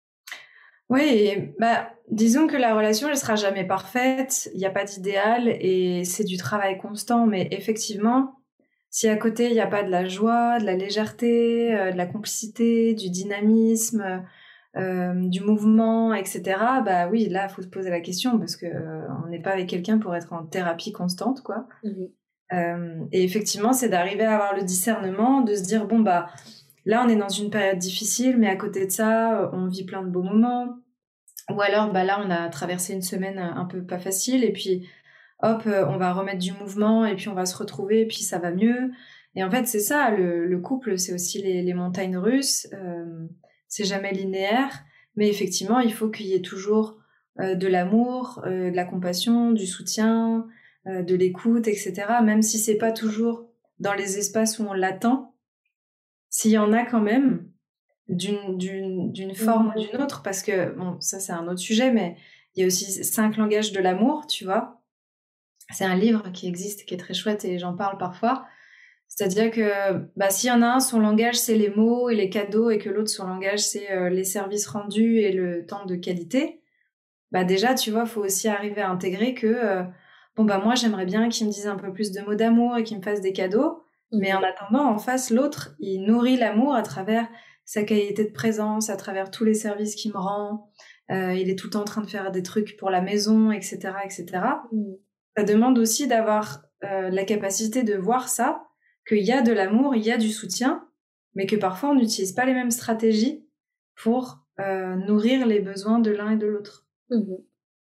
Oui, et, bah, disons que la relation, elle sera jamais parfaite, il n'y a pas d'idéal et c'est du travail constant, mais effectivement, si à côté, il n'y a pas de la joie, de la légèreté, euh, de la complicité, du dynamisme, euh, du mouvement, et cetera, bah oui, là, il faut se poser la question parce que euh, on n'est pas avec quelqu'un pour être en thérapie constante, quoi. Mhm. Euh, et effectivement, c'est d'arriver à avoir le discernement, de se dire, bon, bah, là, on est dans une période difficile, mais à côté de ça, on vit plein de beaux moments. Ou alors, bah là, on a traversé une semaine un peu pas facile, et puis, hop, euh, on va remettre du mouvement, et puis on va se retrouver, et puis ça va mieux. Et en fait, c'est ça, le, le couple, c'est aussi les, les montagnes russes. Euh, c'est jamais linéaire, mais effectivement, il faut qu'il y ait toujours euh, de l'amour, euh, de la compassion, du soutien, euh, de l'écoute, et cetera. Même si c'est pas toujours dans les espaces où on l'attend, s'il y en a quand même, d'une, d'une, d'une forme ou d'une autre, parce que, bon, ça c'est un autre sujet, mais il y a aussi cinq langages de l'amour, tu vois. C'est un livre qui existe, qui est très chouette, et j'en parle parfois. C'est-à-dire que bah, s'il y en a un, son langage, c'est les mots et les cadeaux, et que l'autre, son langage, c'est euh, les services rendus et le temps de qualité, bah déjà, tu vois, il faut aussi arriver à intégrer que, euh, bon, bah moi, j'aimerais bien qu'il me dise un peu plus de mots d'amour et qu'il me fasse des cadeaux, mais en Mhm. attendant, en face, l'autre, il nourrit l'amour à travers sa qualité de présence, à travers tous les services qu'il me rend, euh, il est tout le temps en train de faire des trucs pour la maison, et cetera, et cetera. Mhm. Ça demande aussi d'avoir euh, la capacité de voir ça, qu'il y a de l'amour, il y a du soutien, mais que parfois on n'utilise pas les mêmes stratégies pour euh, nourrir les besoins de l'un et de l'autre. Mhm.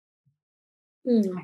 Mhm.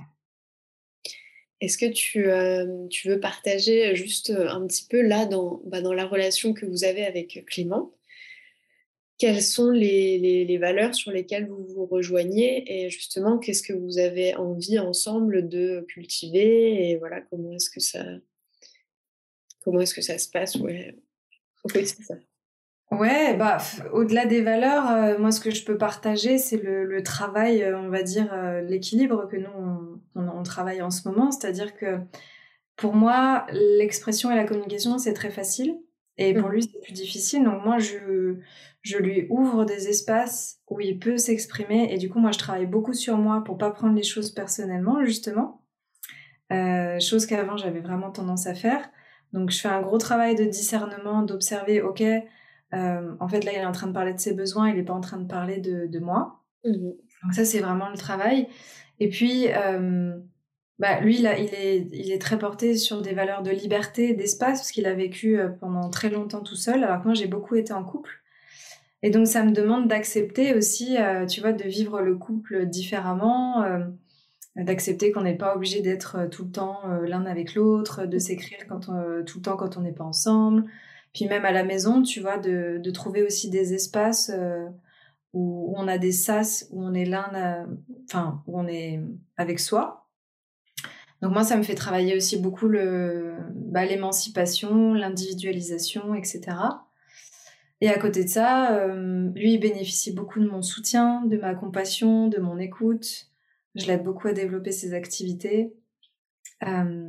Est-ce que tu, euh, tu veux partager juste euh, un petit peu là dans, bah, dans la relation que vous avez avec Clément, quelles sont les, les, les valeurs sur lesquelles vous vous rejoignez et justement qu'est-ce que vous avez envie ensemble de cultiver et voilà comment est-ce que ça comment est-ce que ça se passe ouais au quotidien. Ouais, bah, f- au-delà des valeurs, euh, moi, ce que je peux partager, c'est le, le travail, euh, on va dire, euh, l'équilibre que nous, on, on, on travaille en ce moment. C'est-à-dire que pour moi, l'expression et la communication, c'est très facile. Et pour Mhm. lui, c'est plus difficile. Donc moi, je, je lui ouvre des espaces où il peut s'exprimer. Et du coup, moi, je travaille beaucoup sur moi pour pas prendre les choses personnellement, justement. Euh, chose qu'avant, j'avais vraiment tendance à faire. Donc, je fais un gros travail de discernement, d'observer, OK, euh, en fait, là, il est en train de parler de ses besoins, il n'est pas en train de parler de, de moi. Mhm. Donc ça, c'est vraiment le travail. Et puis, euh, bah, lui, là, il est, il est très porté sur des valeurs de liberté, d'espace, parce qu'il a vécu euh, pendant très longtemps tout seul, alors que moi, j'ai beaucoup été en couple. Et donc, ça me demande d'accepter aussi, euh, tu vois, de vivre le couple différemment, euh, d'accepter qu'on n'est pas obligé d'être euh, tout le temps euh, l'un avec l'autre, de s'écrire quand on- euh, tout le temps quand on n'est pas ensemble. Puis même à la maison, tu vois, de, de trouver aussi des espaces euh, où, où on a des sas, où on est l'un, à- enfin, où on est avec soi. Donc moi, ça me fait travailler aussi beaucoup le, bah, l'émancipation, l'individualisation, et cetera. Et à côté de ça, euh, lui, il bénéficie beaucoup de mon soutien, de ma compassion, de mon écoute. Je l'aide beaucoup à développer ses activités. Euh,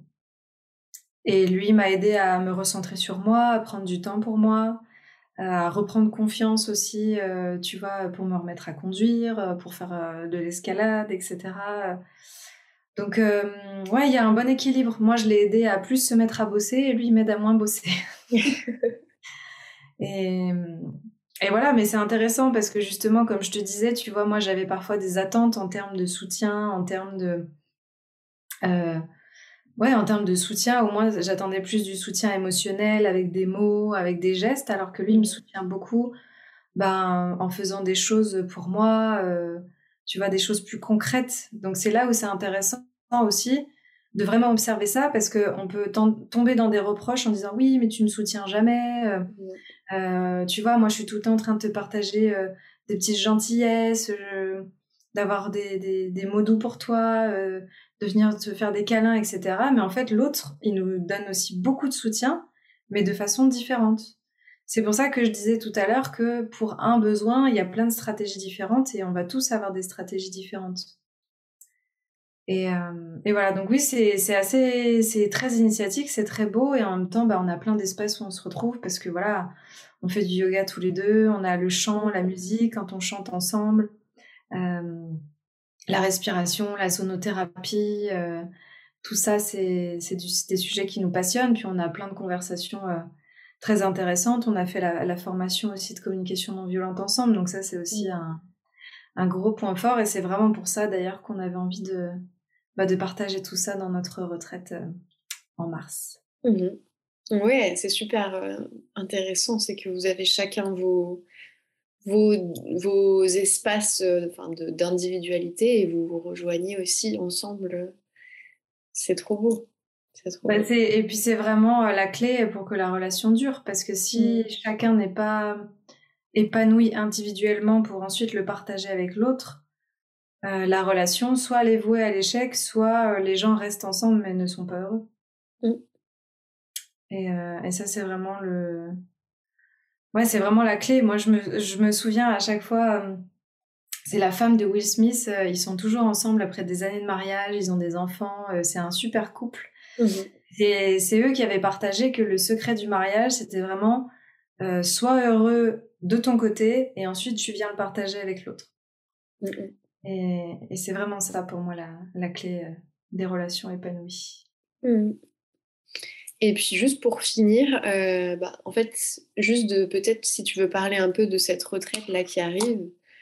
et lui m'a aidé à me recentrer sur moi, à prendre du temps pour moi, à reprendre confiance aussi, euh, tu vois, pour me remettre à conduire, euh, pour faire euh, de l'escalade, et cetera. Donc, euh, ouais, il y a un bon équilibre. Moi, je l'ai aidé à plus se mettre à bosser et lui, il m'aide à moins bosser. Et, et voilà, mais c'est intéressant parce que justement, comme je te disais, tu vois, moi, j'avais parfois des attentes en termes de soutien, en termes de... euh, ouais, en termes de soutien, au moins, j'attendais plus du soutien émotionnel avec des mots, avec des gestes, alors que lui, il me Mhm. soutient beaucoup ben, en faisant des choses pour moi, euh, tu vois, des choses plus concrètes. Donc c'est là où c'est intéressant aussi de vraiment observer ça parce qu'on peut ten- tomber dans des reproches en disant oui, mais tu me soutiens jamais. euh, Mhm. euh, tu vois, moi je suis tout le temps en train de te partager euh, des petites gentillesses, euh, d'avoir des, des, des mots doux pour toi, euh, de venir te faire des câlins, et cetera. Mais en fait, l'autre, il nous donne aussi beaucoup de soutien, mais de façon différente. C'est pour ça que je disais tout à l'heure que pour un besoin, il y a plein de stratégies différentes et on va tous avoir des stratégies différentes. Et, euh, et voilà, donc oui, c'est c'est assez, c'est très initiatique, c'est très beau et en même temps, bah, on a plein d'espaces où on se retrouve parce que voilà, on fait du yoga tous les deux, on a le chant, la musique quand on chante ensemble, euh, la respiration, la sonothérapie, euh, tout ça, c'est c'est du- c'est des sujets qui nous passionnent. Puis on a plein de conversations euh, très intéressantes. On a fait la, la formation aussi de communication non violente ensemble, donc ça, c'est aussi Mhm. un, un gros point fort et c'est vraiment pour ça d'ailleurs qu'on avait envie de bah, de partager tout ça dans notre retraite euh, en mars. Mhm. Ouais, c'est super euh, intéressant, c'est que vous avez chacun vos, vos, vos espaces euh, enfin, de- d'individualité et vous vous rejoignez aussi ensemble. C'est trop beau. C'est trop Bah, beau. c'est, et puis c'est vraiment euh, la clé pour que la relation dure, parce que si Mm. chacun n'est pas épanoui individuellement pour ensuite le partager avec l'autre, euh, la relation, soit elle est vouée à l'échec, soit euh, les gens restent ensemble mais ne sont pas heureux. Mm. Et, euh, et ça, c'est vraiment le... Ouais, c'est vraiment la clé. Moi, je me, je me souviens à chaque fois, euh, c'est la femme de Will Smith, euh, ils sont toujours ensemble après des années de mariage, ils ont des enfants, euh, c'est un super couple. Mhm. Et c'est eux qui avaient partagé que le secret du mariage, c'était vraiment euh, sois heureux de ton côté et ensuite tu viens le partager avec l'autre. Mm-mm. Et, et c'est vraiment ça pour moi la, la clé euh, des relations épanouies. Mm. Et puis juste pour finir, euh, bah, en fait, juste de peut-être si tu veux parler un peu de cette retraite là qui arrive,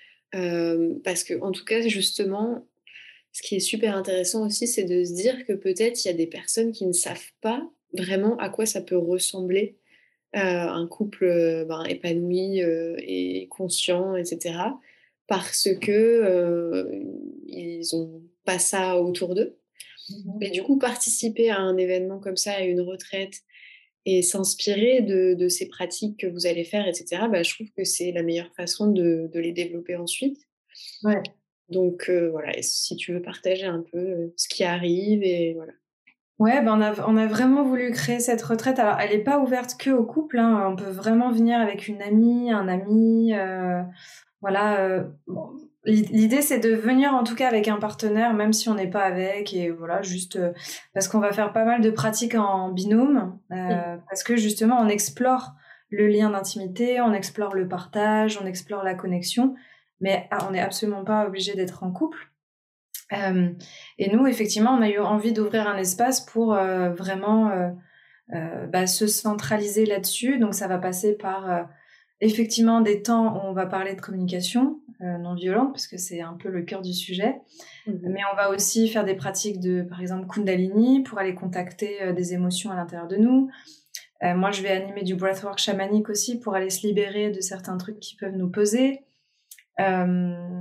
euh, parce que en tout cas justement, ce qui est super intéressant aussi, c'est de se dire que peut-être il y a des personnes qui ne savent pas vraiment à quoi ça peut ressembler euh, un couple euh, ben, épanoui euh, et conscient, et cetera. Parce que euh, ils ont pas ça autour d'eux. Mhm. Et du coup, participer à un événement comme ça, à une retraite, et s'inspirer de, de ces pratiques que vous allez faire, et cetera, bah, je trouve que c'est la meilleure façon de, de les développer ensuite. Ouais. Donc euh, voilà, et si tu veux partager un peu euh, ce qui arrive, et voilà. Ouais, ben on a, on a vraiment voulu créer cette retraite. Alors, elle n'est pas ouverte que aux couples, hein. On peut vraiment venir avec une amie, un ami. Euh, voilà. Euh, bon. L'idée, c'est de venir en tout cas avec un partenaire, même si on n'est pas avec. Et voilà, juste euh, parce qu'on va faire pas mal de pratiques en binôme. Euh, parce que justement, on explore le lien d'intimité, on explore le partage, on explore la connexion. Mais ah, on n'est absolument pas obligé d'être en couple. Euh, et nous, effectivement, on a eu envie d'ouvrir un espace pour euh, vraiment euh, euh, bah, se centraliser là-dessus. Donc, ça va passer par euh, effectivement des temps où on va parler de communication euh, non violente, parce que c'est un peu le cœur du sujet. Mhm. Mais on va aussi faire des pratiques de, par exemple, Kundalini pour aller contacter euh, des émotions à l'intérieur de nous. Euh, moi, je vais animer du breathwork chamanique aussi pour aller se libérer de certains trucs qui peuvent nous peser. Euh,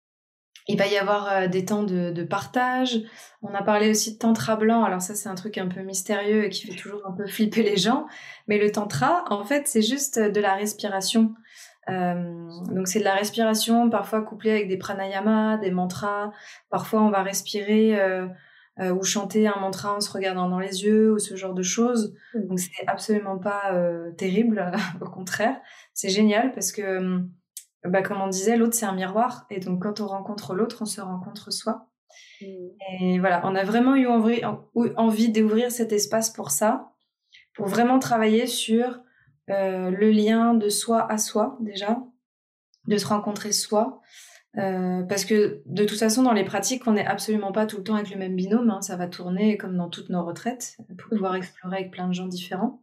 Il va y avoir euh, des temps de, de partage. On a parlé aussi de tantra blanc. Alors ça, c'est un truc un peu mystérieux et qui fait toujours un peu flipper les gens. Mais le tantra, en fait, c'est juste de la respiration. Euh, donc c'est de la respiration, parfois couplée avec des pranayamas, des mantras. Parfois, on va respirer euh, euh, ou chanter un mantra en se regardant dans les yeux ou ce genre de choses. Mhm. Donc c'est absolument pas euh, terrible. Au contraire, c'est génial parce que bah, comme on disait, l'autre, c'est un miroir. Et donc, quand on rencontre l'autre, on se rencontre soi. Mhm. Et voilà, on a vraiment eu envie, envie d'ouvrir cet espace pour ça, pour vraiment travailler sur euh, le lien de soi à soi, déjà, de se rencontrer soi. Euh, parce que de toute façon, dans les pratiques, on n'est absolument pas tout le temps avec le même binôme. Hein, ça va tourner comme dans toutes nos retraites, pour pouvoir explorer avec plein de gens différents.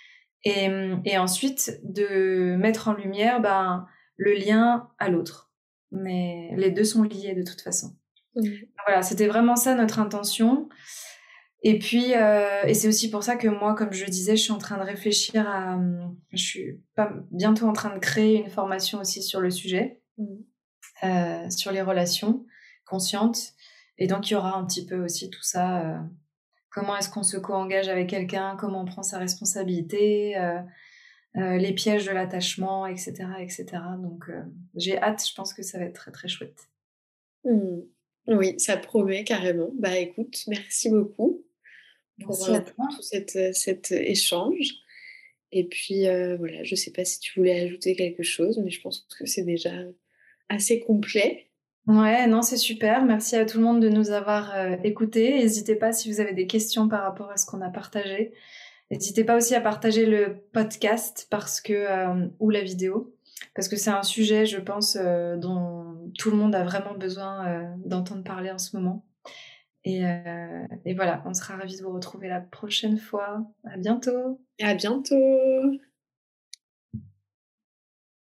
Et, et ensuite, de mettre en lumière ben, le lien à l'autre. Mais les deux sont liés de toute façon. Mhm. Voilà, c'était vraiment ça notre intention. Et puis, euh, et c'est aussi pour ça que moi, comme je disais, je suis en train de réfléchir à... Je suis pas, bientôt en train de créer une formation aussi sur le sujet, Mhm. euh, sur les relations conscientes. Et donc, il y aura un petit peu aussi tout ça. Euh, comment est-ce qu'on se co-engage avec quelqu'un, comment on prend sa responsabilité, euh, euh, les pièges de l'attachement, et cetera, et cetera. Donc, euh, j'ai hâte, je pense que ça va être très, très chouette. Mhm. Oui, ça promet carrément. Bah écoute, merci beaucoup pour, Merci euh, à pour toi. tout cet, euh, cet échange. Et puis euh, voilà, je sais pas si tu voulais ajouter quelque chose, mais je pense que c'est déjà assez complet. Ouais, non, c'est super. Merci à tout le monde de nous avoir euh, écoutés. N'hésitez pas si vous avez des questions par rapport à ce qu'on a partagé. N'hésitez pas aussi à partager le podcast parce que euh, ou la vidéo parce que c'est un sujet, je pense, euh, dont tout le monde a vraiment besoin euh, d'entendre parler en ce moment. Et, euh, et voilà, on sera ravis de vous retrouver la prochaine fois. À bientôt. À bientôt!